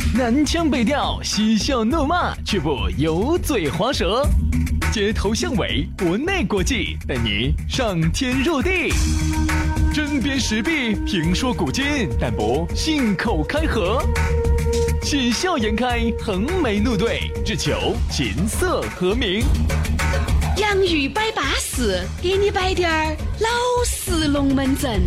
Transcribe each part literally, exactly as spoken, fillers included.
南腔北调，嬉笑怒骂，却不油嘴滑舌。街头巷尾，国内国际，带你上天入地。针砭时弊，评说古今，但不信口开河。喜笑颜开，横眉怒对，只求琴瑟和鸣。 洋芋摆巴士，给你摆点儿老式龙门阵。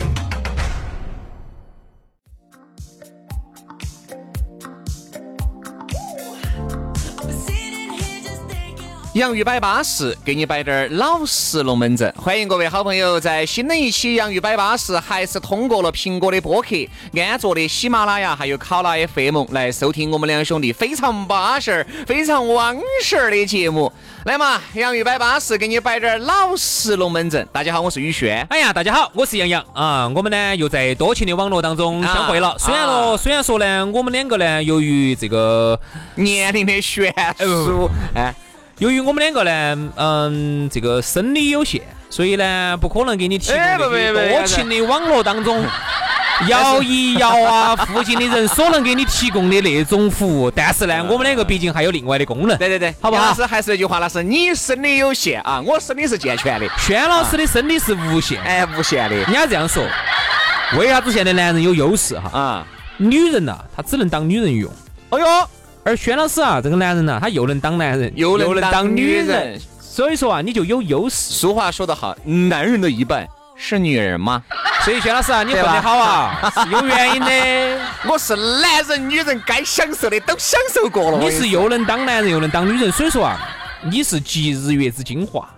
洋芋摆巴士，给你摆点儿老实龙门阵。欢迎各位好朋友在新的一期洋芋摆巴士，还是通过了苹果的播客、安卓的喜马拉雅还有考拉 F M 来收听我们两兄弟非常巴适、非常汪事儿的节目。来嘛，洋芋摆巴士，给你摆点儿老实龙门阵。大家好，我是宇轩。 哎呀，大家好，我是杨洋啊。我们呢又在多情的网络当中相会了。啊、虽然说、啊，虽然说呢，我们两个呢，由于这个年龄的悬殊，哎。 由于我们两个呢，嗯，这个生理有限，所以呢，不可能给你提供多情的网络当中摇一摇啊，附近的人所能给你提供的那种服务。但是呢，我们两个毕竟还有另外的功能。 对对对，好不好？老师还是那句话，那是你生理有限啊，我生理是健全的。 轩老师的生理是无限， 哎，无限的。 人家这样说，为啥子现在男人有优势哈？啊，女人呐、啊，她只能当女人用。 哎呦。 而轩老师啊，这个男人呢、啊，他又能当男人， 又能当女人， 所以说啊，你就有优势。 俗话说得好，男人的一半是女人嘛。 所以轩老师啊，你混得好啊，是有原因的。 我是男人、女人该享受的都享受过了。 你是又能当男人又能当女人，所以说啊，你是集日月之精华。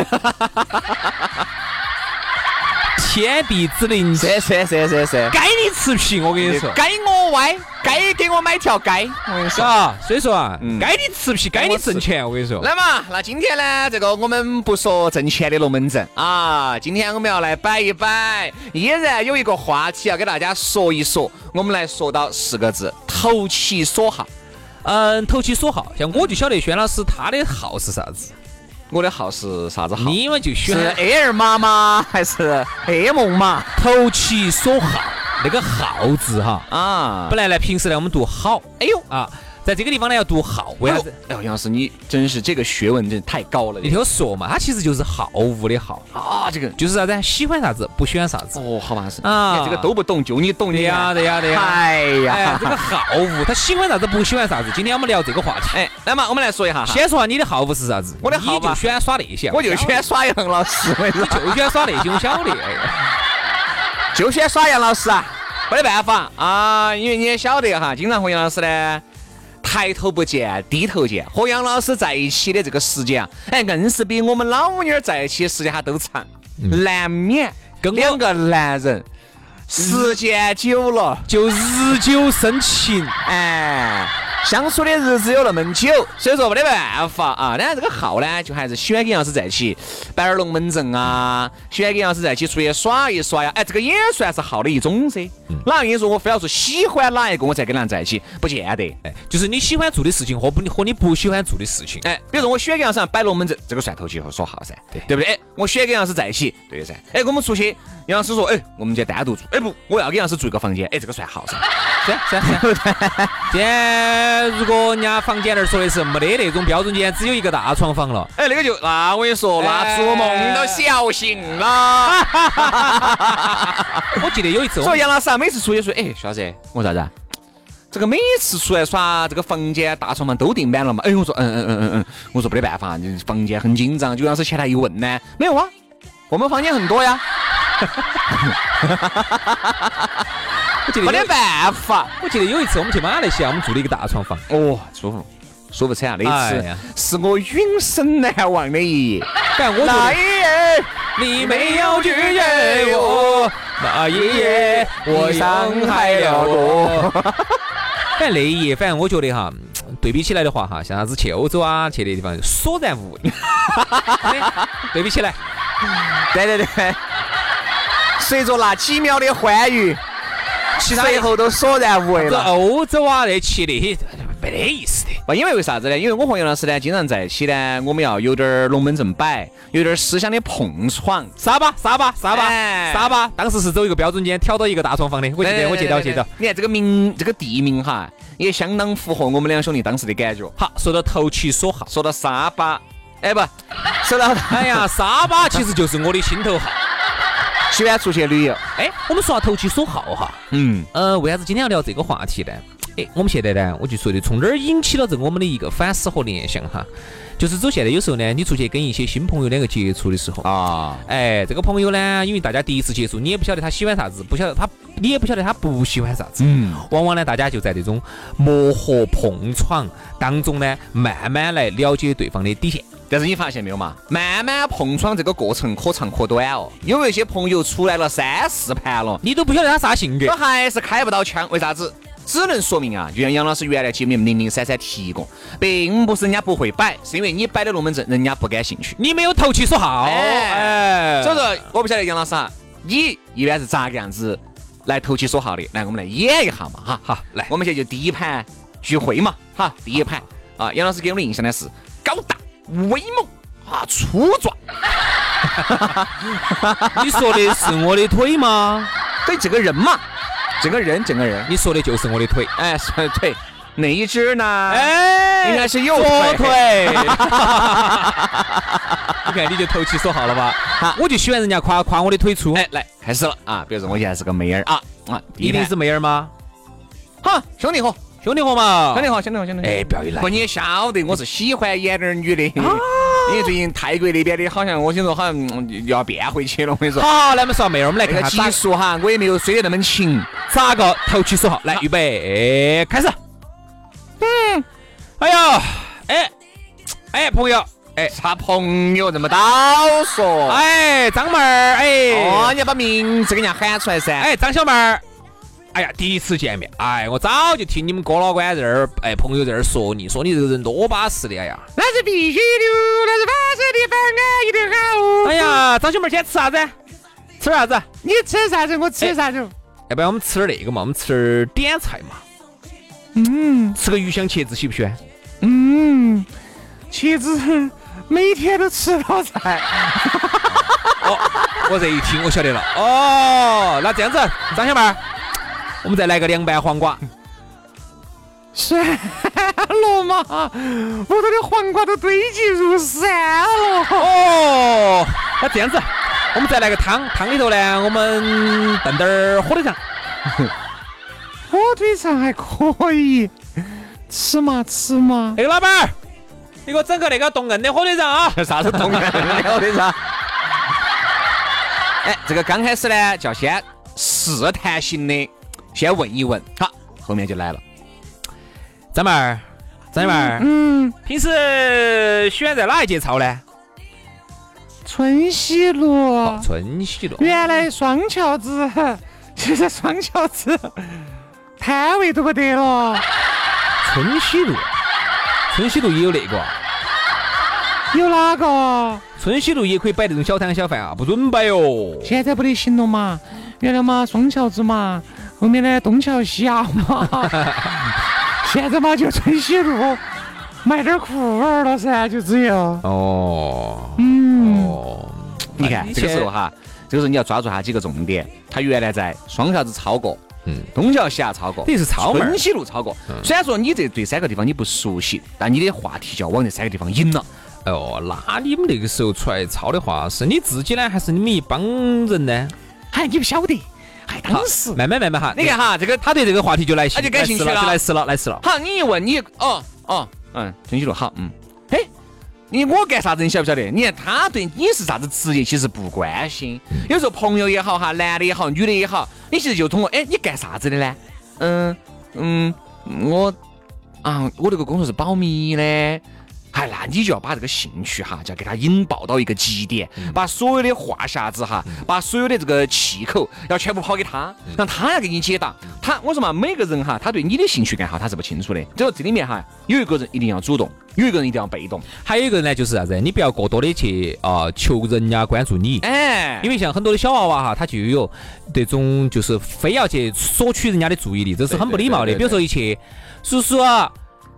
天地之灵， 是是是是是， 该你吃皮，我跟你说， 该我歪，该给我买条街，我跟你说啊，所以说啊，嗯、该你吃皮，该你挣钱，我跟你说。 来嘛，那今天呢，这个我们不说挣钱的龙门阵啊，今天我们要来摆一摆，依然有一个话题要给大家说一说，我们来说到四个字：投其所好。 嗯，投其所好，像我就晓得轩老师他的好是啥子。 我的号是啥子号？ 你们就选是 Air 码吗？还是 M 码？ 投其所好，那个好字哈啊，本来呢平时呢我们读好，哎呦啊，在这个地方呢要读好，为啥子？ 哎呦，杨老师你真是这个学问真太高了。 你听我说嘛，它其实就是好恶的好啊，这个就是啥子？喜欢啥子不喜欢啥子。 哦，好吧是啊，这个都不懂，就你懂的呀，对呀对呀。 哎呀， 哎，这个好恶，他喜欢啥子不喜欢啥子。今天我们聊这个话题。 哎，来嘛，我们来说一下。 先说下你的好恶是啥子？ 我的好你就喜欢耍那些， 我就喜欢耍杨老师， 你就喜欢耍那些，我晓得。哎呀， 就喜欢耍杨老师啊，没得办法啊，因为你也晓得哈，经常和杨老师呢。抬头不见低头见，和杨老师在一起的这个时间啊，哎，硬是比我们老妞儿在一起的时间还都长，嗯、难免跟两个男人时间久了就日久生情， 哎，相处的日子有那么久，所以说没得办法啊。当然这个号呢，就还是喜欢跟杨老师在一起摆点龙门阵啊，喜欢跟杨老师在一起出去耍一耍呀，哎，这个也算是号的一种噻。嗯、哪跟你说我非要说喜欢哪一个我才跟他在一起，不见得。 哎，就是你喜欢做的事情和不和你不喜欢做的事情。 哎，比如说我喜欢跟杨老师摆龙门阵，这个算投其所好噻，对对不对？哎，我喜欢跟杨老师在一起，对的噻。哎，我们出去，杨老师说，哎，我们就单独住，哎不，我要跟杨老师住一个房间，哎，这个算好噻。 是是是。今天如果人家房间那儿说的是没得那种标准间，只有一个大床房了， 哎，那个就那我跟你说，那做梦都小心了。 我记得有一次， 所以杨老师啊，每次出去说，哎，徐老师，我说啥子？这个每次出来耍，这个房间大床房都订满了嘛？哎，我说，嗯嗯嗯嗯嗯，我说没得办法，房间很紧张。就杨老师前台一问呢，没有啊，我们房间很多呀。没得办法。 我记得有一次我们去马来西亚，我们住了一个大床房， 哦，舒服，舒服惨啊！那一次、哎、是我永生难忘的一夜。 但我那一夜你没有拒绝我，那一夜我伤害了我。反正那一夜，反正我觉得哈，对比起来的话哈，像啥子去欧洲啊，去那地方索然无味。对比起来， 对对对，随着那几秒的欢愉。其他以后都索然无味了。 欧洲啊，那去那些没得意思的。 不，因为为啥子呢？因为我和杨老师呢，经常在一起呢，我们要有点龙门阵摆，有点思想的碰撞。 沙巴，沙巴，沙巴， 哎沙巴，当时是走一个标准间，挑到一个大床房的，我记得，我记得，我记得。 你看这个名，这个地名哈，也相当符合我们两兄弟当时的感觉。 好，说到投其所好， 说到沙巴，哎不，说到哎呀，沙巴其实就是我的心头好。 喜欢出去旅游。 哎，我们说下投其所好哈。 嗯， 呃，为啥子今天要聊这个话题呢？哎，我们现在呢，我就说的，从哪儿引起了这我们的一个反思和联想哈，就是走现在有时候呢，你出去跟一些新朋友两个接触的时候啊， 哎，这个朋友呢，因为大家第一次接触，你也不晓得他喜欢啥子，不晓得他，你也不晓得他不喜欢啥子， 嗯， 往往呢，大家就在这种磨合碰撞当中呢，慢慢来了解对方的底线。 但是你发现没有嘛？慢慢碰撞这个过程可长可短哦。有一些朋友出来了三四盘了， 你都不晓得他啥性格， 他还是开不到枪，为啥子？只能说明啊，就像杨老师原来节目零零散散提过，并不是人家不会摆，是因为你摆的龙门阵，人家不感兴趣， 你没有投其所好。 哎，所以说我不晓得杨老师啊，你一般是咋个样子来投其所好的？来，我们来演一下嘛，哈， 好，来， 我们现在就第一盘聚会嘛，哈，第一盘啊，杨老师给我们的印象呢是高大威猛啊，粗壮。 你说的是我的腿吗？ 对，这个人嘛。整个人，整个人， 你说的就是我的腿， 哎，是腿，哪一只呢？ 哎， 应该是右腿。 腿。 你看，你就投其所好了吧？我就喜欢人家夸夸我的腿粗。 哎，来，开始了啊！比如说我现在是个妹儿啊啊， 一定是妹儿吗？ 好，兄弟伙， 兄弟伙嘛， 兄弟伙，兄弟伙，兄弟伙。 哎，不要一来， 不，你也晓得我是喜欢演点女的。因为最近泰国那边的，好像我听说好像要变回去了。我跟你说， 好，那么说妹儿，我们来看看技术哈，我也没有追得那么勤， 咋个投其所好？来，预备，开始。嗯，哎呀，哎，哎，朋友，哎， 啥朋友这么倒说？ 哎，张妹儿，哎， 哦，你要把名字给人家喊出来噻。 哎，张小妹儿。哎呀，第一次见面，哎，我早就听你们哥老倌在这儿，哎，朋友在这儿说你，说你这个人多巴适的，哎呀， 那是必须的，那是巴适的饭安逸的好。 哎呀，张小妹儿，先吃啥子？吃啥子？ 你吃啥子？我吃啥子？ 要不然我们吃点那个嘛，我们吃点点菜嘛。嗯，吃个鱼香茄子喜不喜欢？ 嗯，茄子每天都吃到菜。 哦，我这一听我晓得了。哦，那这样子，张小妹儿。我们再来个凉拌黄瓜， 算了嘛，我这的黄瓜都堆积如山了。 哦，那这样子，我们再来个汤，汤里头呢，我们炖点火腿肠。 火腿肠还可以，吃嘛吃嘛。 那个老板儿，你给我整个那个冻硬的火腿肠啊！ 啥子冻硬的火腿肠？哎，这个刚开始呢，叫先试探型的。先问一问，好，后面就来了。 张妹儿，张妹儿， 嗯， 平时喜欢在哪一节操呢？ 春熙路。 哦、春熙路。 原来双桥子，现在双桥子摊位都不得了。 春熙路，春熙路也有那个。 有哪个？ 春熙路也可以摆那种小摊小贩啊，不准摆哦。 现在不得行了嘛？原来嘛，双桥子嘛。后面呢，东桥西桥嘛，现在嘛就春熙路买点裤儿了噻，就只有哦， 嗯， 哦， 你看这个时候哈，这个时候你要抓住它几个重点。它原来在双桥子超过，嗯，东桥西桥超过， 这是超门， 春熙路超过。嗯、虽然说你这对三个地方你不熟悉，但你的话题就要往这三个地方引了。 哦，那你们那个时候出来抄的话，是你自己呢，还是你们一帮人呢？ 哎，你不晓得。哎，当时慢慢慢慢哈， 你看哈，这个他对这个话题就来他就感兴趣了， 就来试了，来试了。 好，你一问你，哦哦，嗯，春熙路好，嗯，哎，你我干啥子你晓不晓得？你看他对你是啥子职业其实不关心，有时候朋友也好哈，男的也好，女的也好，你其实就通过，哎，你干啥子的呢？嗯嗯，我啊，我这个工作是保密的。哎，那你就要把这个兴趣哈，就要给他引爆到一个极点，嗯、把所有的话匣子哈，嗯、把所有的这个气口要全部抛给他，嗯、让他要给你解答。他我说嘛，每个人哈，他对你的兴趣爱好他是不清楚的。只有这里面哈，有一个人一定要主动，有一个人一定要被动， 还有一个呢就是啥子？你不要过多的去啊、呃、求人家关注你， 哎， 因为像很多的小娃娃哈，他就有这种就是非要去索取人家的注意力，这是很不礼貌的。比如说一去，叔叔。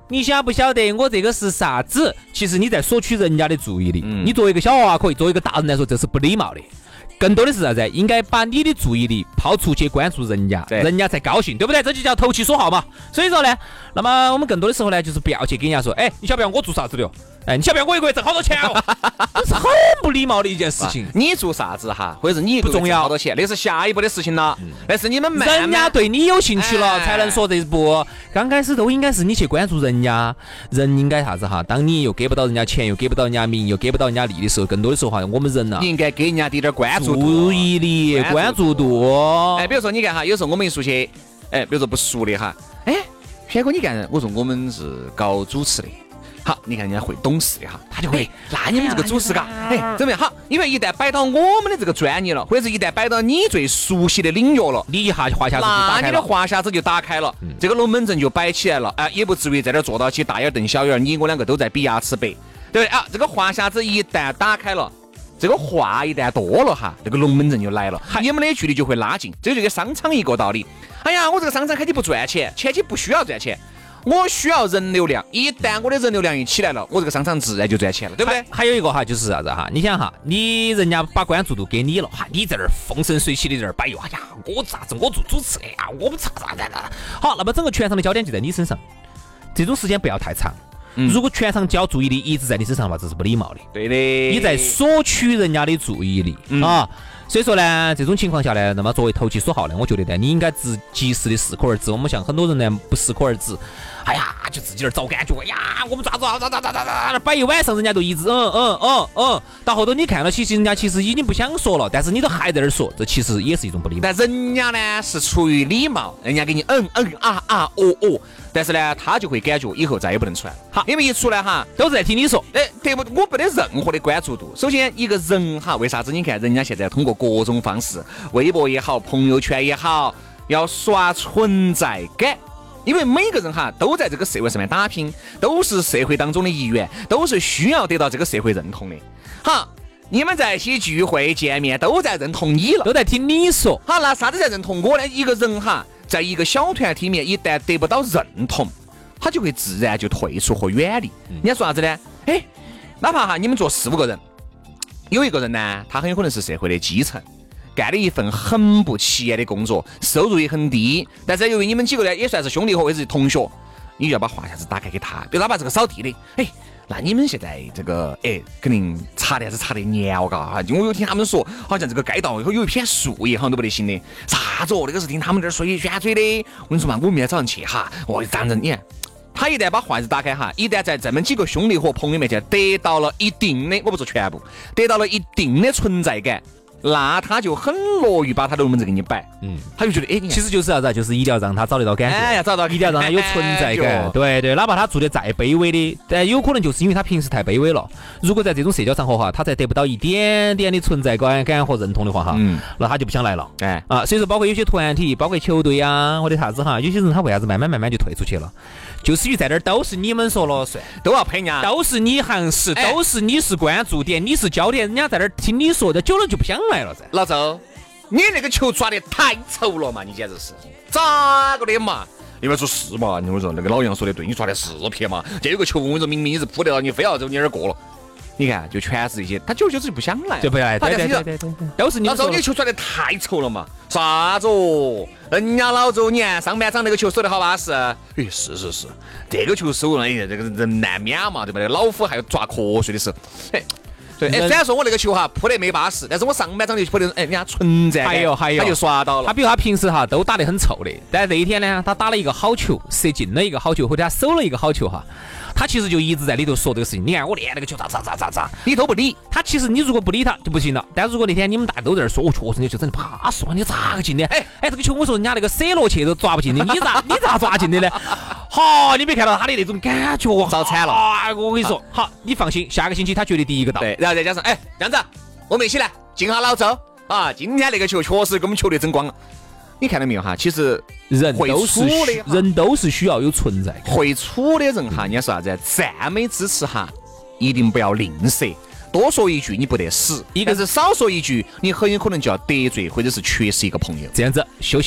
你晓不晓得我这个是啥子？其实你在索取人家的注意力。嗯、你作为一个小娃娃可以，作为一个大人来说，这是不礼貌的。更多的是啥子？应该把你的注意力抛出去关注人家，人家才高兴，对不对？这就叫投其所好嘛。所以说呢，那么我们更多的时候呢，就是不要去跟人家说，哎，你晓不晓得我做啥子的哟？哎，你晓不晓得我一个月挣好多钱哦？这是很不礼貌的一件事情。 你做啥子哈，或者是你一个月挣好多钱，那是下一步的事情了。嗯、那是你们慢慢人家对你有兴趣了，哎、才能说这一步。刚开始都应该是你去关注人家，人应该啥子哈？当你又给不到人家钱，又给不到人家名，又给不到人家利的时候，更多的时候哈，我们人呐、啊， 你应该给人家滴点关注度、 注意力、关注度。 哎，比如说你看哈，有时候我们一出去，哎，比如说不熟的哈，哎，轩哥你看，我说我们是搞主持的。好，你看人家会懂事的哈，他就会。哎、那你们这个主持嘎，哎，怎么样？好，因为一旦摆到我们的这个专业了，或者是一旦摆到你最熟悉的领域了， 你一下话匣子就打开了， 那你的话匣子就打开了，嗯、这个龙门阵就摆起来了，哎、呃，也不至于在这儿坐到起大眼瞪小眼，你我两个都在比牙齿白，对不对啊？这个话匣子一旦打开了，这个话一旦多了哈，这个龙门阵就来了，你们的距离就会拉近，这就跟商场一个道理。哎呀，我这个商场开起不赚钱，前期不需要赚钱。我需要人流量，一旦我的人流量一起来了，我这个商场自然就赚钱了，对不对？ 还, 还有一个哈，就是啥子哈？你想哈，你人家把关注度给你了哈，你在那儿风生水起的在那儿摆哟，哎呀，我啥子我做主持的呀，我们啥啥啥啥。好，那么整个全场的焦点就在你身上，这种时间不要太长。嗯、如果全场交注意力一直在你身上吧，这是不礼貌的。 对的， 你在索取人家的注意力、嗯、啊。所以说呢，这种情况下呢，那么作为投其所好呢，我觉得呢，你应该及及时的适可而止。我们像很多人呢，不适可而止，哎呀，就自己那儿找感觉，哎呀，我们咋子啊，咋咋咋咋咋，摆一晚上，人家都一直嗯嗯嗯嗯，到后头你看了，其实人家其实已经不想说了，但是你都还在那儿说，这其实也是一种不礼貌。 但人家呢是出于礼貌，人家给你嗯嗯啊啊哦哦，但是呢，他就会感觉以后再也不能出来了。好，因为一出来哈， 都是在听你说， 哎，对不？我没得任何的关注度。首先，一个人哈，为啥子？你看人家现在通过各种方式，微博也好，朋友圈也好，要刷存在感。因为每个人哈都在这个社会上面打拼，都是社会当中的一员，都是需要得到这个社会认同的。好，你们在一起聚会见面，都在认同你了， 都在听你说。 好，那啥子在认同我呢？一个人哈，在一个小团体里面，一旦得不到认同，他就会自然就退出和远离。嗯、人家说啥子呢？哎，哪怕哈你们做四五个人，有一个人呢，他很有可能是社会的基层。干了一份很不起眼的工作，收入也很低，但是由于你们几个呢也算是兄弟伙或者是同学，你就要把话匣子打开给他。比如哪怕这个扫地的，哎，那你们现在这个哎肯定查的还是查的严嘎哈，因为我有听他们说，好像这个街道有一片树叶好像都不得行的，啥子哦？那个是听他们这儿说宣嘴的。我跟你说嘛，我明天早上去哈，我当人你看。他一旦把话匣子打开哈，一旦在这么几个兄弟和朋友面前得到了一定的，我不说全部，得到了一定的存在感。那他就很乐于把他的龙门阵给你摆，嗯，他就觉得，哎， 其实就是啥子，就是一定要让他找得到感觉， 哎，要找到， 一定要让他有存在感，对对，哪怕他做的再卑微的，但有可能就是因为他平时太卑微了。如果在这种社交场合哈，他才得不到一点点的存在感感和认同的话哈，嗯，那他就不想来了，哎啊，所以说包括有些团体，包括球队啊或者啥子哈，有些人他为啥子慢慢慢慢就退出去了？就是因为在这儿都是你们说了算， 都要陪人家， 都是你行事，哎、都是你是关注点，你是焦点，人家在这儿听你说的，久了就不想来了噻。 老周，你那个球抓得太丑了嘛，你简直是咋个的嘛？你们说是嘛？你说那个老杨说的对，你抓的是撇嘛？这有个球，我跟你说明明你是扑得到，你非要走你那儿过了。你看，就全是一些，他久而久之就不想来， 就不来。对对对对对，都是你。 老周，你球抓得太丑了嘛？啥子哦？人家老周，你看上半场那个球守得好巴适。哎，是是是，这个球守了，哎，这个人难免嘛，对不对？老虎还有抓瞌睡的时候，哎。对，哎，虽然说我那个球哈扑得没巴适，但是我上半场就扑得，哎，人家存在感， 还有还有， 他就刷到了。 他比如他平时哈都打得很臭的，但是这一天呢，他打了一个好球，射进了一个好球，或者他守了一个好球哈，他其实就一直在里头说这个事情。你看我练那个球咋咋咋咋咋， 你都不理他。其实你如果不理他就不行了。但如果那天你们大家都在那说，我确实你就真的巴适，你咋个进的？哎哎，这个球我说人家那个塞罗切都抓不进的，你咋你咋抓进的呢？好，你没看到他的那种感觉， 糟惨了。 啊，我跟你说，好，你放心，下个星期他绝对第一个到。 对，然后再加上，哎，这样子，我们一起来敬下老周啊！今天那个球确实给我们球队争光了。你看到没有哈？其实人都是人都是需要有存在感。 会处的人哈，人家说啥子？赞美支持哈，一定不要吝啬。多说一句你不得死，但是少说一句，你很有可能就要得罪或者是缺失一个朋友。 这样子，休息一下，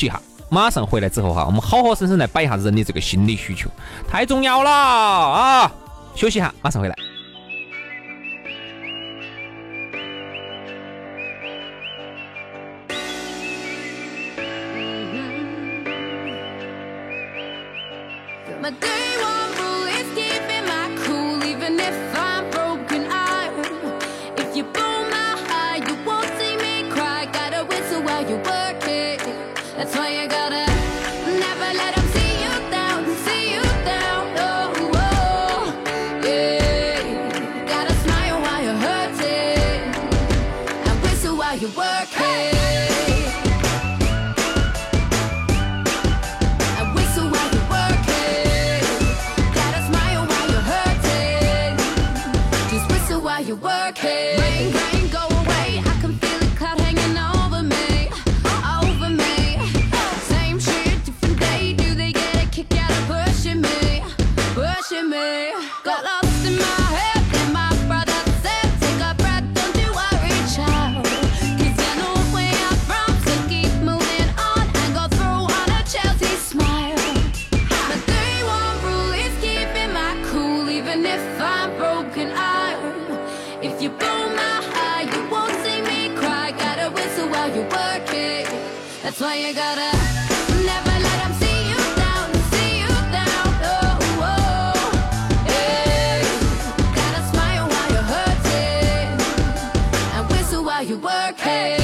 马上回来之后哈，我们好好生生来摆一下人的这个心理需求，太重要了啊！休息一下，马上回来。 My day one rule is keeping my cool, even if I'm broken iron. If you blow my high, you won't see me cry. Gotta whistle while you work it. That's why you gotta never let them see you down, see you down. Oh, oh, yeah. Gotta smile while you're hurting and whistle while you work it. You work it. Rain, rain, go away. I can feel it cloud hanging over me, over me. Same shit, different day. Do they get a kick out of pushing me, pushing me? Got lost in my head, and my brother said, take a breath, don't you worry, child. Cause you know where I'm from, so keep moving on and go through on a Chelsea smile. My day one rule is keeping my cool, even if I'm broken iron. If you blow my high, you won't see me cry. Gotta whistle while you work it. That's why you gotta never let them see you down, see you down. Oh, oh, yeah. Gotta smile while you're hurting and whistle while you work it.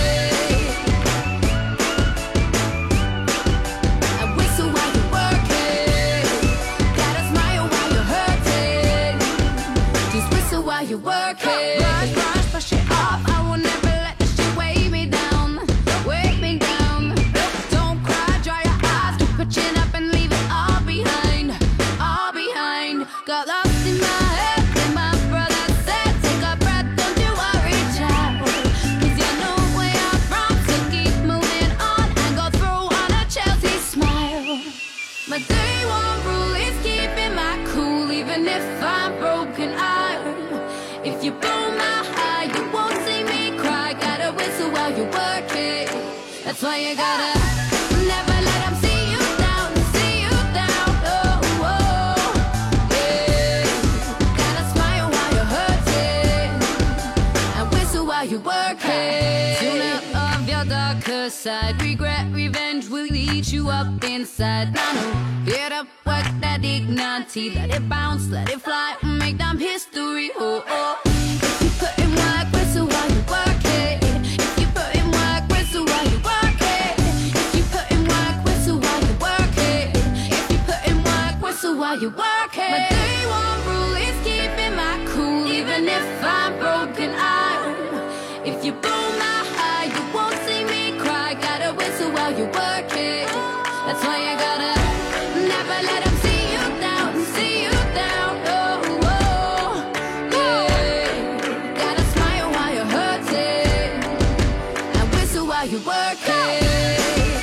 And whistle while you work it. Gotta smile while you're hurting. Just whistle while you work it. Brush, brush, brush it off. I will never let this shit weigh me down, weigh me down. Don't cry, dry your eyes, keep pitching up and leave it all behind, all behind. Got lost in my head, and my brother said, take a breath, don't you worry, child. Cause you know where I'm from, so keep moving on and go through on a Chelsea smile. My day one rule is keeping my cool, even if I'm broken iron. If you blow my high, you won't see me cry. Gotta whistle while you work it. That's why you gotta never let them see you down, see you down. Oh, oh, yeah. Gotta smile while you're hurting and whistle while you work it. Sooner of your darker side, regret, revenge will eat you up inside. Now, no, get up, work that dignity, let it bounce, let it fly, make them history. Oh, oh. If you put in work, whistle while you work it. If you put in work, whistle while you work it. If you put in work, whistle while you work it. If you put in work, whistle while you work it. My day one rule is keeping my cool, even if I'm broken iron. If you blow my high, you won't see me cry. Gotta whistle while you work it. That's why you gotta never let them see you down, see you down. Oh, oh, yeah. Gotta smile while you're hurting and whistle while you work it.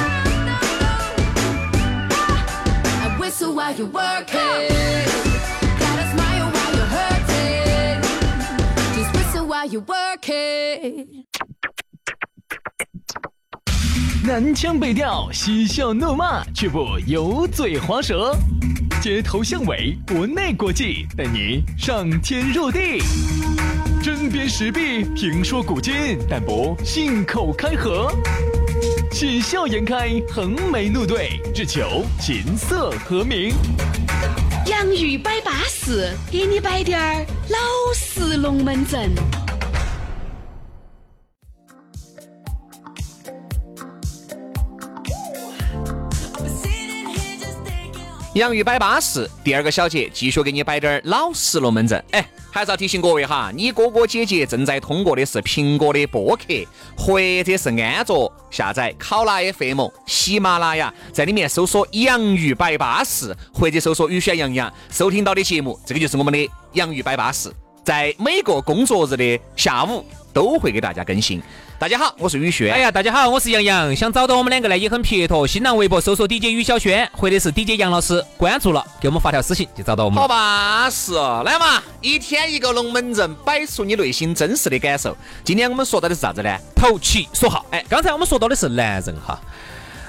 And whistle while you work it. Gotta smile while you're hurting. Just whistle while you work it. 南腔北调，嬉笑怒骂，却不油嘴滑舌，街头巷尾，国内国际，带你上天入地，针砭时弊，评说古今，但不信口开河，喜笑颜开，横眉怒对，只求琴瑟和鸣。 洋芋摆巴士，给你摆点儿老式龙门阵。 洋芋摆巴士第二个小节继续给你摆点老实龙门阵。哎，还是要提醒各位哈，你哥哥姐姐正在通过的是苹果的播客，或者是安卓下载考拉 F M、喜马拉雅，在里面搜索洋芋摆巴士，或者搜索雨轩洋洋，收听到的节目，这个就是我们的洋芋摆巴士，在每个工作日的下午都会给大家更新。大家好，我是宇轩。 哎呀，大家好，我是杨洋。想找到我们两个呢，也很撇脱。新浪微博搜索 D J 于小轩，或者是 D J 杨老师，关注了，给我们发条私信就找到我们。 好巴适哦，来嘛，一天一个龙门阵，摆出你内心真实的感受。今天我们说到的是啥子呢？ 投其所好。哎，刚才我们说到的是男人哈。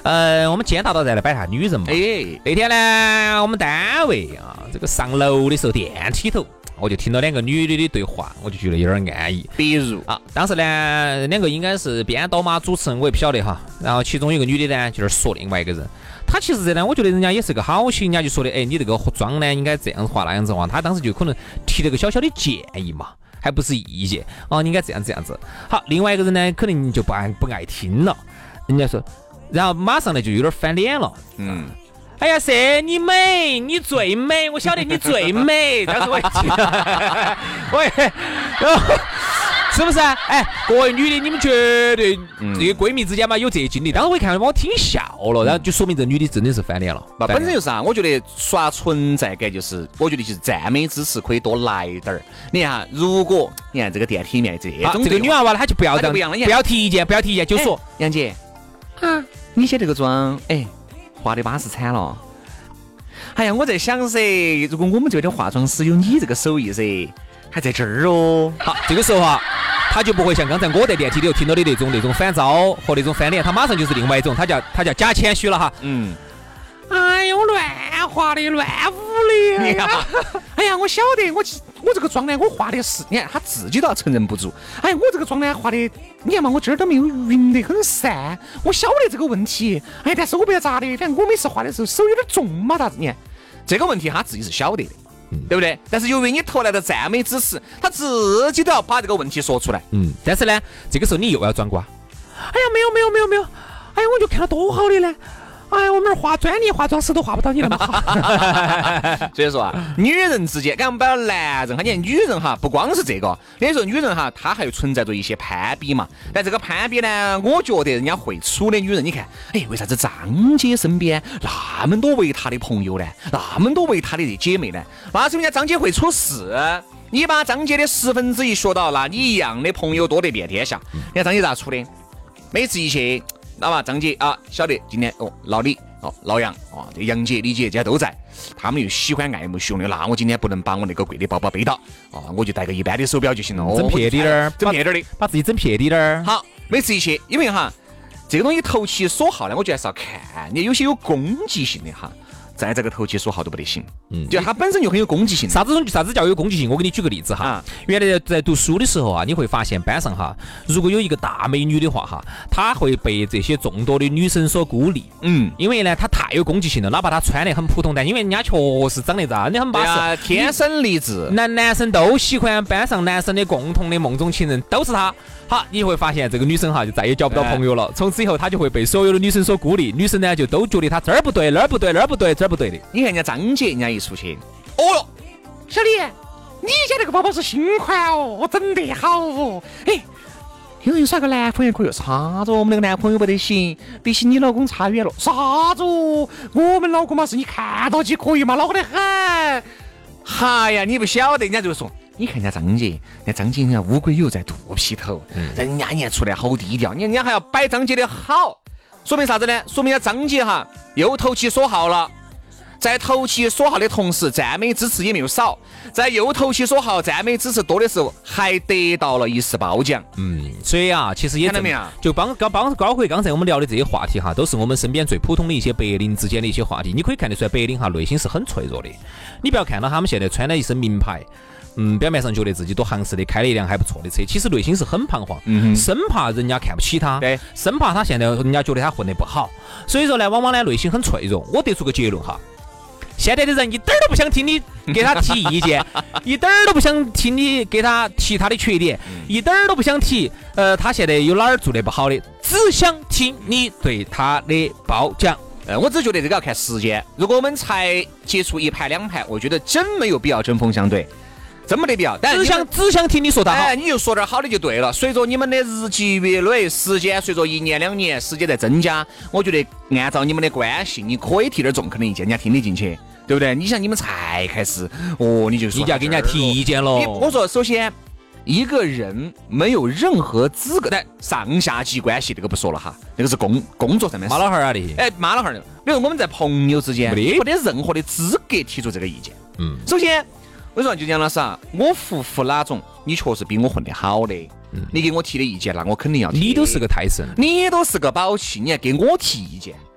呃，我们今天大到再来摆下女人嘛。 哎， 那天呢，我们单位啊，这个上楼的时候电梯头，我就听到两个女的的对话，我就觉得有点安逸。 比如啊，当时呢，两个应该是编导嘛，主持人我也不晓得哈。然后其中有个女的呢，就是说另外一个人，她其实呢，我觉得人家也是个好心，人家就说的，哎，你这个妆呢应该这样画那样子画，她当时就可能提了个小小的建议嘛。还不是意见哦，你应该这样这样子。好，另外一个人呢，可能就不爱不爱听了。人家说，然后马上呢就有点翻脸了。嗯，哎呀，是你美，你最美，我晓得你最美。当时我一听，我然后是不是？哎，各位女的，你们绝对这个闺蜜之间嘛有这经历。当时我一看，我听笑了，然后就说明这女的真的是翻脸了。 那本身就是啊，我觉得刷存在感就是，我觉得就是赞美之词可以多来点儿。你看，如果你看这个电梯里面这种这个女娃娃她就不要这样， 不要提意见，不要提意见，就说杨姐啊，你写这个妆，哎，画的巴适惨了。哎呀，我在想噻，如果我们这边化妆师有你这个手艺噻，还在这儿哦。 好，这个时候啊。他就不会像刚才我在电梯里头听到的那种那种反糟和那种翻脸，他马上就是另外一种，他叫他叫假谦虚了哈。嗯。哎呦，乱画的乱舞的。 呀哎呀，我晓得，我我这个妆呢，我画的是，你看他自己都要承认不足。哎呀，我这个妆呢画的，你看嘛，我这儿都没有匀得很散，我晓得这个问题。哎，但是我不要咋的，反正我每次画的时候手有点重嘛，啥子？你看这个问题他自己是晓得的。对不对？但是由于你投来的赞美之词，他自己都要把这个问题说出来。 嗯，但是呢，这个时候你又要装瓜。哎呀，没有没有没有没有，哎呀，我就看到多好的呢。哎，我们化专业化妆师都化不到你那么好。 所以说啊，女人之间，刚我们摆到男人哈，你看女人哈，不光是这个，有时候女人哈，她还有存在着一些攀比嘛。但这个攀比呢，我觉得人家会处的女人，你看，哎，为啥子张姐身边那么多为她的朋友呢？那么多为她的姐妹呢？那是人家张姐会处事。你把张姐的十分之一学到，那你一样的朋友多得遍天下。你看张姐咋处的？每次一去。那么张姐啊，晓得今天哦，老李哦，老杨哦，这杨姐、李姐这些都在，他们又喜欢爱慕虚荣的，那我今天不能把我那个贵的包包背到啊，我就带个一般的手表就行了， 整撇滴点儿， 整撇点的， 把自己整撇滴点儿。 好，每次一去，因为哈，这个东西投其所好呢，我觉得还是要看，你有些有攻击性的哈。在这个投其所好都不得行，嗯，就它本身就很有攻击性。 啥子啥子叫有攻击性？我给你举个例子哈。啊、原来在读书的时候啊，你会发现班上哈，如果有一个大美女的话哈，她会被这些众多的女生所孤立。嗯，因为呢，她太有攻击性了，哪怕她穿得很普通，但因为人家确实长得真的很巴适、 啊，天生丽质， 男男生都喜欢，班上男生的共同的梦中情人都是她。好，你会发现这个女生哈就再也交不到朋友了，从此以后她就会被所有的女生所孤立，女生呢就都觉得她这儿不对，那儿不对，那儿不对，这儿不对的。 你看人家张姐，人家一出去，哦哟，小李，你家那个包包是新款哦，整得好哦，哎，听说你耍个男朋友可以，啥子？我们那个男朋友不得行，比起你老公差远了。啥子？我们老公嘛是你看到起可以嘛，恼火得很。哎呀，你不晓得，人家就说。你看人家张姐，那张姐人家乌龟油在肚皮头，嗯、人家也出来好低调，人家还要摆张姐的好，说明啥子呢？说明人家张姐哈又投其所好了，在投其所好的同时，赞美支持也没有少，在又投其所好、赞美支持多的时候，还得到了一丝褒奖。 嗯，所以啊，其实也看到没有？ 就帮帮帮包括刚才我们聊的这些话题哈，都是我们身边最普通的一些白领之间的一些话题。你可以看得出来，白领哈内心是很脆弱的。你不要看到他们现在穿了一身名牌。嗯，表面上觉得自己多行实的，开了一辆还不错的车，其实内心是很彷徨，嗯、生怕人家看不起他， 对， 生怕他现在人家觉得他混得不好，所以说呢，往往呢内心很脆弱。我得出个结论哈，现在的人一点儿都不想听你给他提意见，一点儿都不想听你给他提他的缺点，嗯、一点儿都不想提，呃，他现在有哪儿做得不好的，只想听你对他的褒奖。 呃，我只觉得这个要看时间，如果我们才接触一盘两盘，我觉得真没有必要针锋相对。真没得必要，但只想只想听你说的好， 哎，你就说点好的就对了。随着你们的日积月累，时间随着一年两年时间在增加，我觉得按照你们的关系，你可以提点中肯的意见，人家听得进去，对不对？你想你们才开始，哦，你就说你就要给人家提意见喽。 我说，首先一个人没有任何资格，但上下级关系这个不说了哈，那个是工工作上面妈老汉儿啊的， 哎，妈老汉儿的。比如我们在朋友之间，没得任何的资格提出这个意见。嗯，首先。我说就杨老师啊，我服服哪种？你确实比我混得好的，嗯、你给我提的意见，那我肯定要提。 你都是个泰森， 你都是个宝气，你还给我提意见，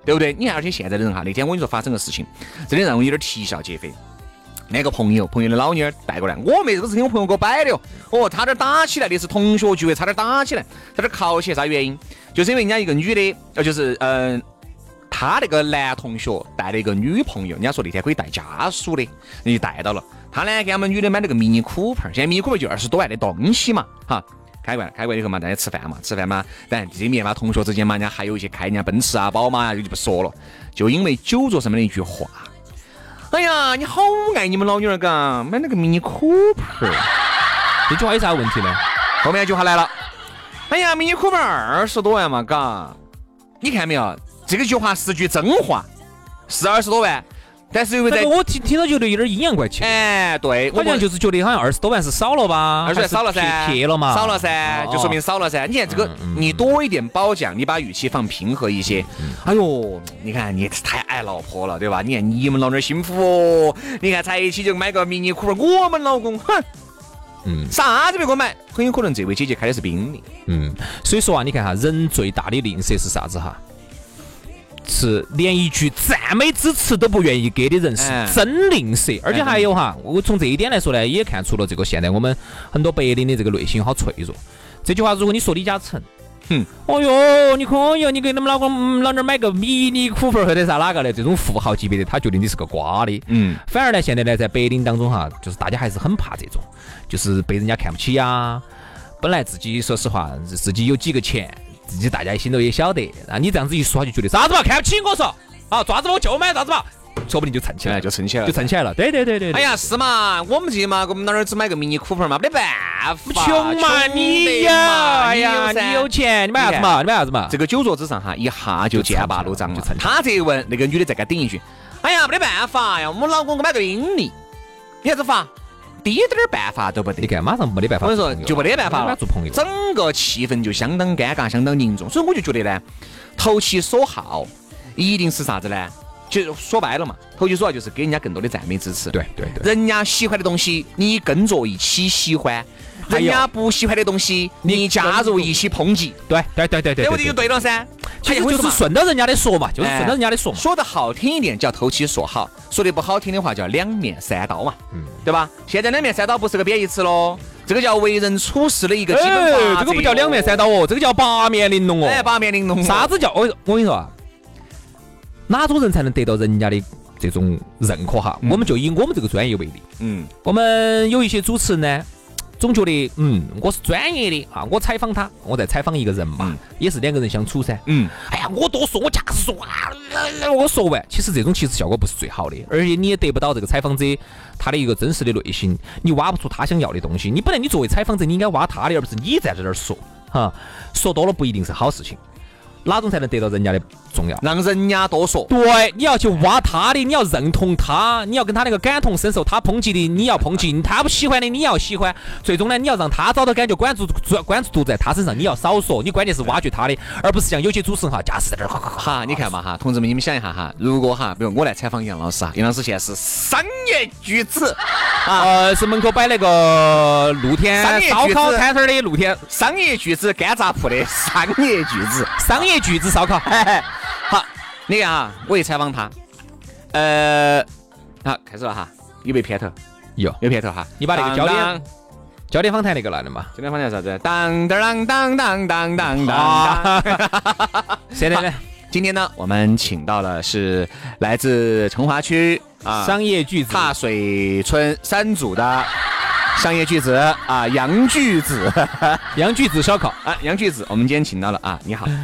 对不对？你看，而且现在的人哈，那天我跟你说发生的事情，真的让我有点啼笑皆非。那个朋友，朋友的老妞带过来，我没这个事情，我朋友给我摆的哦。哦，差点打起来的是同学聚会，差点打起来，差点考起来，啥原因？就是因为人家一个女的，呃，就是嗯、呃，他那个男同学带了一个女朋友，人家说那天可以带家属的，人就带到了。他呢给他们女的买了个迷你酷派，现在迷你酷派就二十多万的东西嘛，哈。开过来，开过来以后嘛，大家吃饭嘛，吃饭嘛，当然这面嘛，同学之间嘛，人家还有一些开人家奔驰啊、宝马啊，就不说了。就因为酒桌上面的一句话，哎呀，你好爱你们老女儿嘎，买那个迷你酷派， 这句话有啥问题呢？ 后面一句话来了，哎呀，迷你酷派二十多万嘛，嘎，你看没有？这个句话是句真话，是二十多万。但是因为在我听听到觉得有点阴阳怪气， 哎，对， 好像就是觉得好像二十多万是少了吧？ 二十万少了噻， 撇了嘛， 少了噻，就说明少了噻。你看这个，你多一点褒奖，你把语气放平和一些。哎呦，你看你太爱老婆了，对吧？你看你们老娘幸福哦，你看在一起就买个迷你酷派，我们老公，哼，嗯，啥子别给我买，很有可能这位姐姐开的是宾利。 嗯，所以说啊，你看哈，人最大的吝啬是啥子哈？是连一句赞美之词都不愿意给的人是真吝啬，而且还有哈，我从这一点来说呢，也看出了这个现在我们很多白领的这个内心好脆弱。这句话如果你说李嘉诚，嗯，哦哟，你可以，你给你们老公老娘买个迷你酷派或者啥哪个的这种富豪级别的，他觉得你是个瓜的，嗯，反而呢，现在呢，在白领当中哈，就是大家还是很怕这种，就是被人家看不起呀。本来自己说实话，自己有几个钱。自己大家心头也晓得，啊，你这样子一说，就觉得啥子嘛，看不起我说，啊，啥子我就买啥子嘛，说不定就蹭起来， 就蹭起来了， 就蹭起来了。对对对对。 哎呀，是嘛，我们这嘛，我们哪儿只买个迷你酷派嘛，没得办法， 穷嘛，你呀，哎呀，你有钱，你买啥子嘛？你买啥子嘛？ 这个酒桌之上哈，一下就剑拔弩张了。他这一问，那个女的再给他顶一句，哎呀，没得办法呀，我们老公给我买个宾利，你啥子法？滴点儿办法都不得， 你看马上没得办法， 我跟你说就没得办法了， 做朋友， 整个气氛就相当尴尬，相当凝重。所以我就觉得呢，投其所好一定是啥子呢？就说白了嘛，投其所好就是给人家更多的赞美支持。 对对对， 人家喜欢的东西你跟着一起喜欢，人家不喜欢的东西你加入一起抨击。 对对对对对， 对不对？就对了噻。 其实就是顺着人家的说嘛，就是顺着人家的说嘛。 说的好听一点叫投其所好，说的不好听的话叫两面三刀嘛，嗯，对吧？现在两面三刀不是个贬义词喽，这个叫为人处事的一个基本法则。 这个不叫两面三刀哦，这个叫八面玲珑哦。 哎，八面玲珑。 啥子叫我我跟你说啊，哪种人才能得到人家的这种认可哈？嗯、我们就以我们这个专业为例，嗯，我们有一些主持人呢。总觉得嗯，我是专业的啊！我采访他，我在采访一个人嘛，嗯、也是两个人相处噻。嗯，哎呀，我多说，我假说啊，我说完，其实这种其实效果不是最好的，而且你也得不到这个采访者他的一个真实的内心，你挖不出他想要的东西。你本来你作为采访者，你应该挖他的，而不是你在这儿说哈。说多了不一定是好事情。哪种才能得到人家的重要？ 让人家多说。 对，你要去挖他的，你要认同他，你要跟他那个感同身受。他抨击的，你要抨击；他不喜欢的，你要喜欢。最终呢，你要让他找到感觉，关注关注度在他身上。你要少说，你关键是挖掘他的，而不是像有些主持人哈，架势在这儿哈哈。你看嘛哈，同志们，你们想一下哈，如果哈，比如我来采访杨老师啊，杨老师现在是商业巨子啊，呃，是门口摆那个露天烧烤摊摊的露天商业巨子干杂铺的商业巨子， 商业。巨子烧烤， 好，你看啊，我一采访他，呃，好，开始了哈，有没有片头？ 有， 有片头哈。 你把那个焦点焦点访谈那个来了嘛？ 焦点访谈啥子？当当当当当当当。 现在呢？ 今天呢，我们请到了是来自成华区啊商业巨子踏水村三组的。商业巨子啊，杨巨子， 杨巨子烧烤啊，杨巨子，我们今天请到了啊，你好，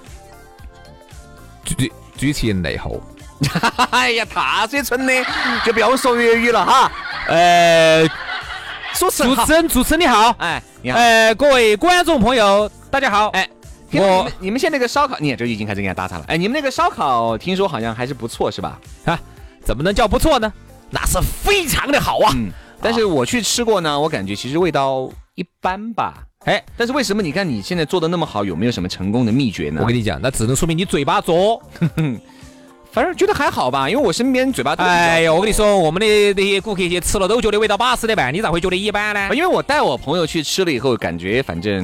主主持人内后， 哎呀，踏水村的就不要说粤语了哈，呃， 主持人主持人主持人你好， 哎，你好， 呃，各位观众朋友，大家好，哎， 我你们你们现在那个烧烤，你看这已经开始给人家打岔了，哎，你们那个烧烤听说好像还是不错是吧？ 啊，怎么能叫不错呢？那是非常的好啊。嗯， 但是我去吃过呢，我感觉其实味道一般吧。哎，但是为什么你看你现在做的那么好，有没有什么成功的秘诀呢？ 我跟你讲，那只能说明你嘴巴拙。 反正觉得还好吧，因为我身边嘴巴都。 哎呀，我跟你说，我们的那些顾客些吃了都觉得味道巴适的办，你咋会觉得一般呢？ 因为我带我朋友去吃了以后，感觉反正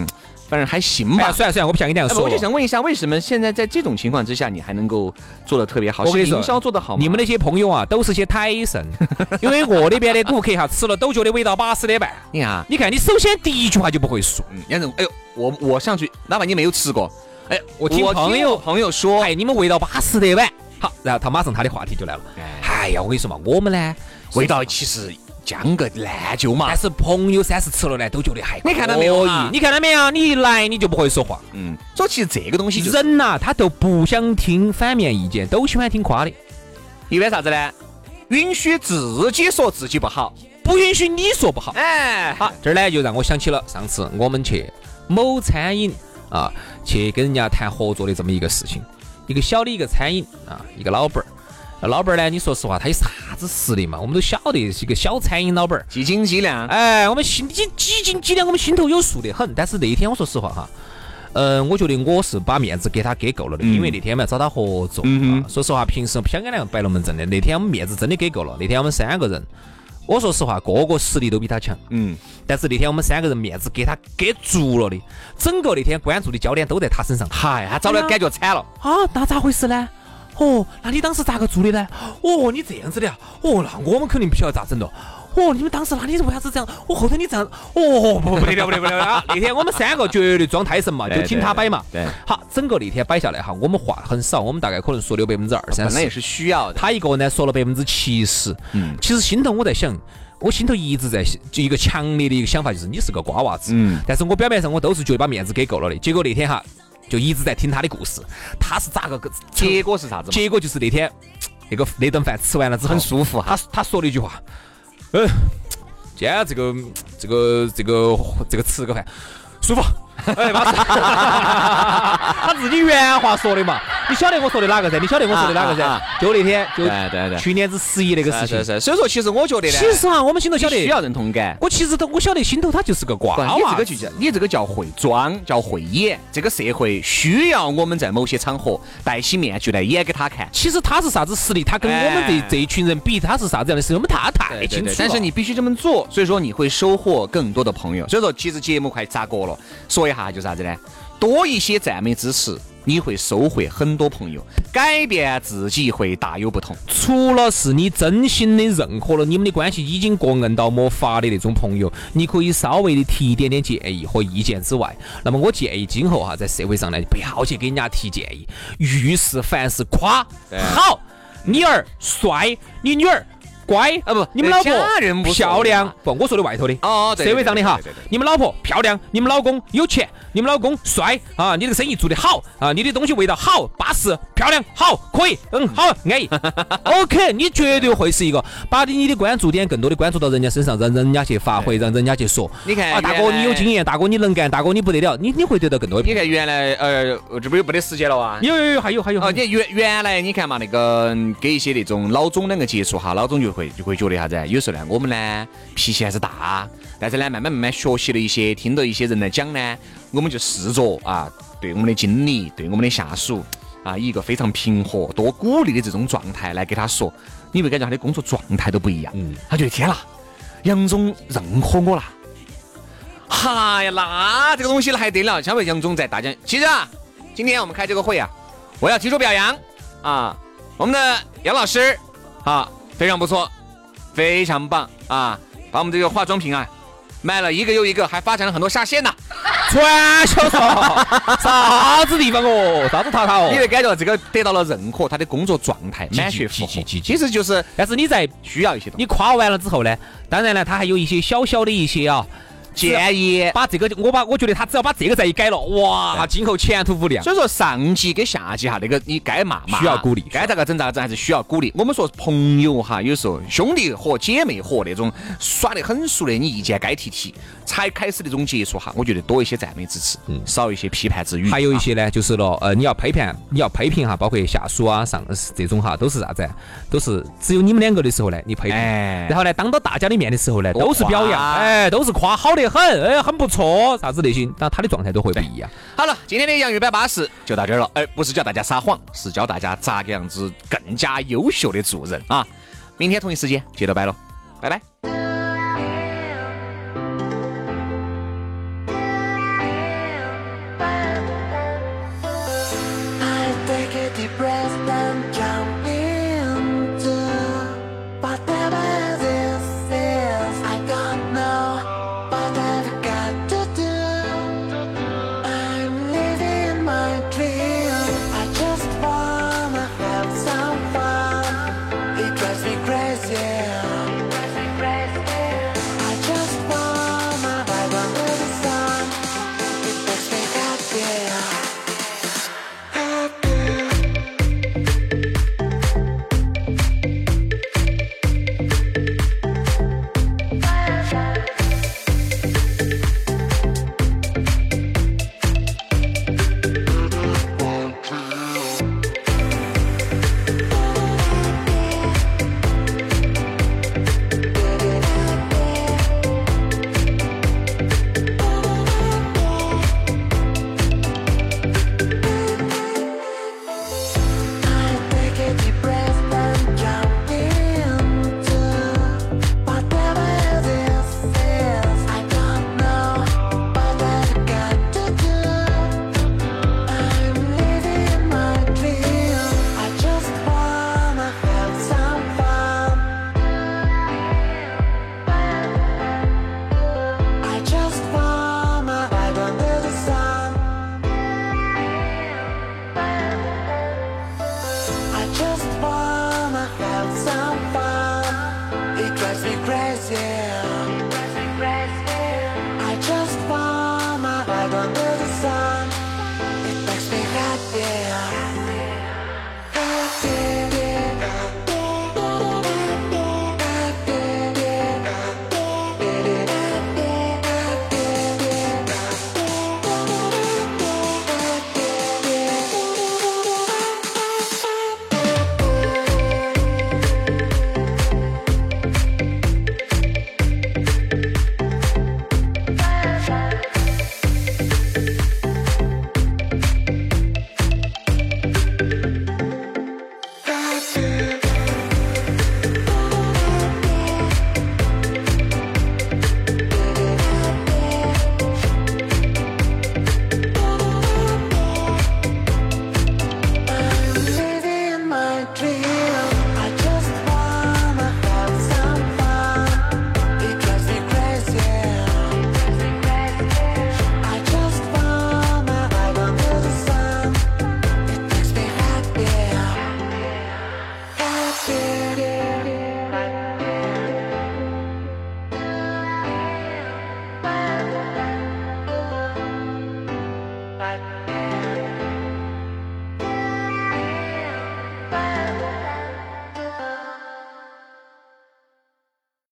反正还行吧。 哎呀，算了算了，我不想跟你这样说。 我就想问一下，为什么现在在这种情况之下，你还能够做得特别好？ 我跟你说， 营销做得好吗？ 你们那些朋友啊，都是些胎神，因为我那边的顾客哈，吃了都觉得味道巴适的办。 你看， 你看，你首先第一句话就不会说， 嗯，杨总，哎呦，我我上去，哪怕你没有吃过，哎， 我听朋友朋友说， 哎，你们味道巴适的办。好，然后他马上他的话题就来了。哎呀，我跟你说嘛，我们呢， 味道其实将个烂就嘛， 但是朋友三是吃了呢，都觉得还可以。 你看到没有啊？ 你看到没有？你一来你就不会说话。 嗯，所以其实这个东西、就是、 人呐、啊，他都不想听反面意见，都喜欢听夸的。 因为啥子呢？允许自己说自己不好， 不允许你说不好。 哎， 好，这儿呢就让我想起了上次我们去某餐饮啊，去跟人家谈合作的这么一个事情。一个小的一个餐饮啊，一个老板儿，老板儿呢，你说实话，他有啥子实力嘛？我们都晓得是一个小餐饮老板儿， 几斤几两， 哎，我们心几几斤几两，我们心头有数的很。但是那一天我说实话哈，嗯、呃，我觉得我是把面子给他给够了的，嗯、因为那天我们要找他合作。嗯、啊，说实话，平时不想跟两个摆龙门阵的，那天我们面子真的给够了。那天我们三个人，我说实话，个个实力都比他强。嗯，但是那天我们三个人面子给他给足了的，整个那天关注的焦点都在他身上。 嗨，他早就感觉惨了啊！那咋回事呢？哦，那你当时咋个做的呢？哦，你这样子的啊？哦，那我们肯定不晓得咋整了。哦，你们当时那你是为啥子这样？哦，后头你这样，哦，不不得了不得不得啊！那天我们三个绝对装太神嘛，就听他摆嘛。 对，对好，整个那天摆下来哈，我们话很少，我们大概可能说了有百分之二三十。 本来也是需要的。 他一个人呢说了百分之七十。嗯，其实心头我在想。我心头一直在就一个强烈的一个想法，就是你是个瓜娃子，嗯，但是我表面上我都是觉得把面子给够了的。结果那天哈，就一直在听他的故事，他是咋个个？ 结果是啥子？ 结果就是那天那个那顿饭吃完了之后很舒服， 他他说了一句话，嗯、呃，今天这个这个这个这个吃个饭舒服。哎，他自己原话说的嘛，你晓得我说的哪个噻？你晓得我说的哪个噻？啊啊、就那天，就对对对， 去年子十一那个事情。 是是。所以说，其实我觉得呢， 其实啊，我们心头晓得需要认同感。 我其实都我晓得心头他就是个瓜娃。 你这个就叫你这个叫会装，叫会演。这个社会需要我们在某些场合戴起面具来演给他看。 其实他是啥子实力？他跟我们这、哎、这一群人比，他是啥子样的实力？我们他太清楚了。对对对， 但是你必须这么做，所以说你会收获更多的朋友。所以说，其实节目快砸锅了，说一下就啥子呢？多一些赞美支持，你会收获很多朋友，改变自己会大有不同。 除了是你真心的认可了你们的关系已经过硬到没法的那种朋友，你可以稍微的提一点点建议和意见之外，那么我建议今后哈在社会上呢，不要去给人家提建议，遇事凡事夸好，你儿帅，你女儿乖啊不，你们老婆漂亮不？我说的外头的哦， 社会上的哈，你们老婆漂亮，你们老公有钱，你们老公帅啊，你这个生意做得好啊，你的东西味道好，巴适，漂亮，好，可以，嗯，好，安逸 ，OK， 你绝对会是一个把你的关注点更多的关注到人家身上，让人家去发挥，让人家去说。 你看啊，大哥你有经验，大哥你能干，大哥你不得了，你你会得到更多的。 你看原来呃，这不有没得时间了啊？ 有有有，还有还有。 哦，你原原来你看嘛，那个给一些那种老总两个接触哈，老总就会就会觉得啥子？有时候呢，我们呢脾气还是大，但是呢，慢慢慢慢学习了一些，听到一些人来讲呢，我们就试着啊，对我们的经理，对我们的下属啊，以一个非常平和、多鼓励的这种状态来给他说，你会感觉他的工作状态都不一样。嗯，他觉得天啦，杨总认可我了，哈呀，那这个东西还得了？相比杨总在大家，其实啊，今天我们开这个会啊，我要提出表扬啊，我们的杨老师啊。非常不错，非常棒啊！把我们这个化妆品啊卖了一个又一个，还发展了很多下线呢。 传销啥子地方哦？啥子塔塔哦？ 你会感觉这个得到了认可，他的工作状态满血复活。其实就是， 但是你在需要一些东西。 你夸完了之后呢，当然呢，他还有一些小小的一些啊。 建议把这个，我把我觉得他只要把这个再一改了，哇，今后前途无量。 所以说上级跟下级哈，那个你该骂骂， 需要鼓励， 该咋个整咋个整，还是需要鼓励。我们说朋友哈，有时候兄弟和姐妹和那种耍得很熟的，你意见该提提。才开始那种接触哈，我觉得多一些赞美支持，嗯，少一些批判之语。 还有一些呢，就是了，呃，你要批判，你要批评哈，包括下属啊、上这种哈，都是啥子？都是只有你们两个的时候呢，你批评，哎、然后呢，当到大家的面的时候呢，都是表扬，哎，都是夸好得很，哎，很不错，啥子那些，但他的状态都会不一样。 好了，今天的洋芋摆巴士就到这儿了，哎，不是教大家撒谎，是教大家咋个样子更加优秀的做人啊！明天同一时间接着摆喽，拜拜。 drives me crazy.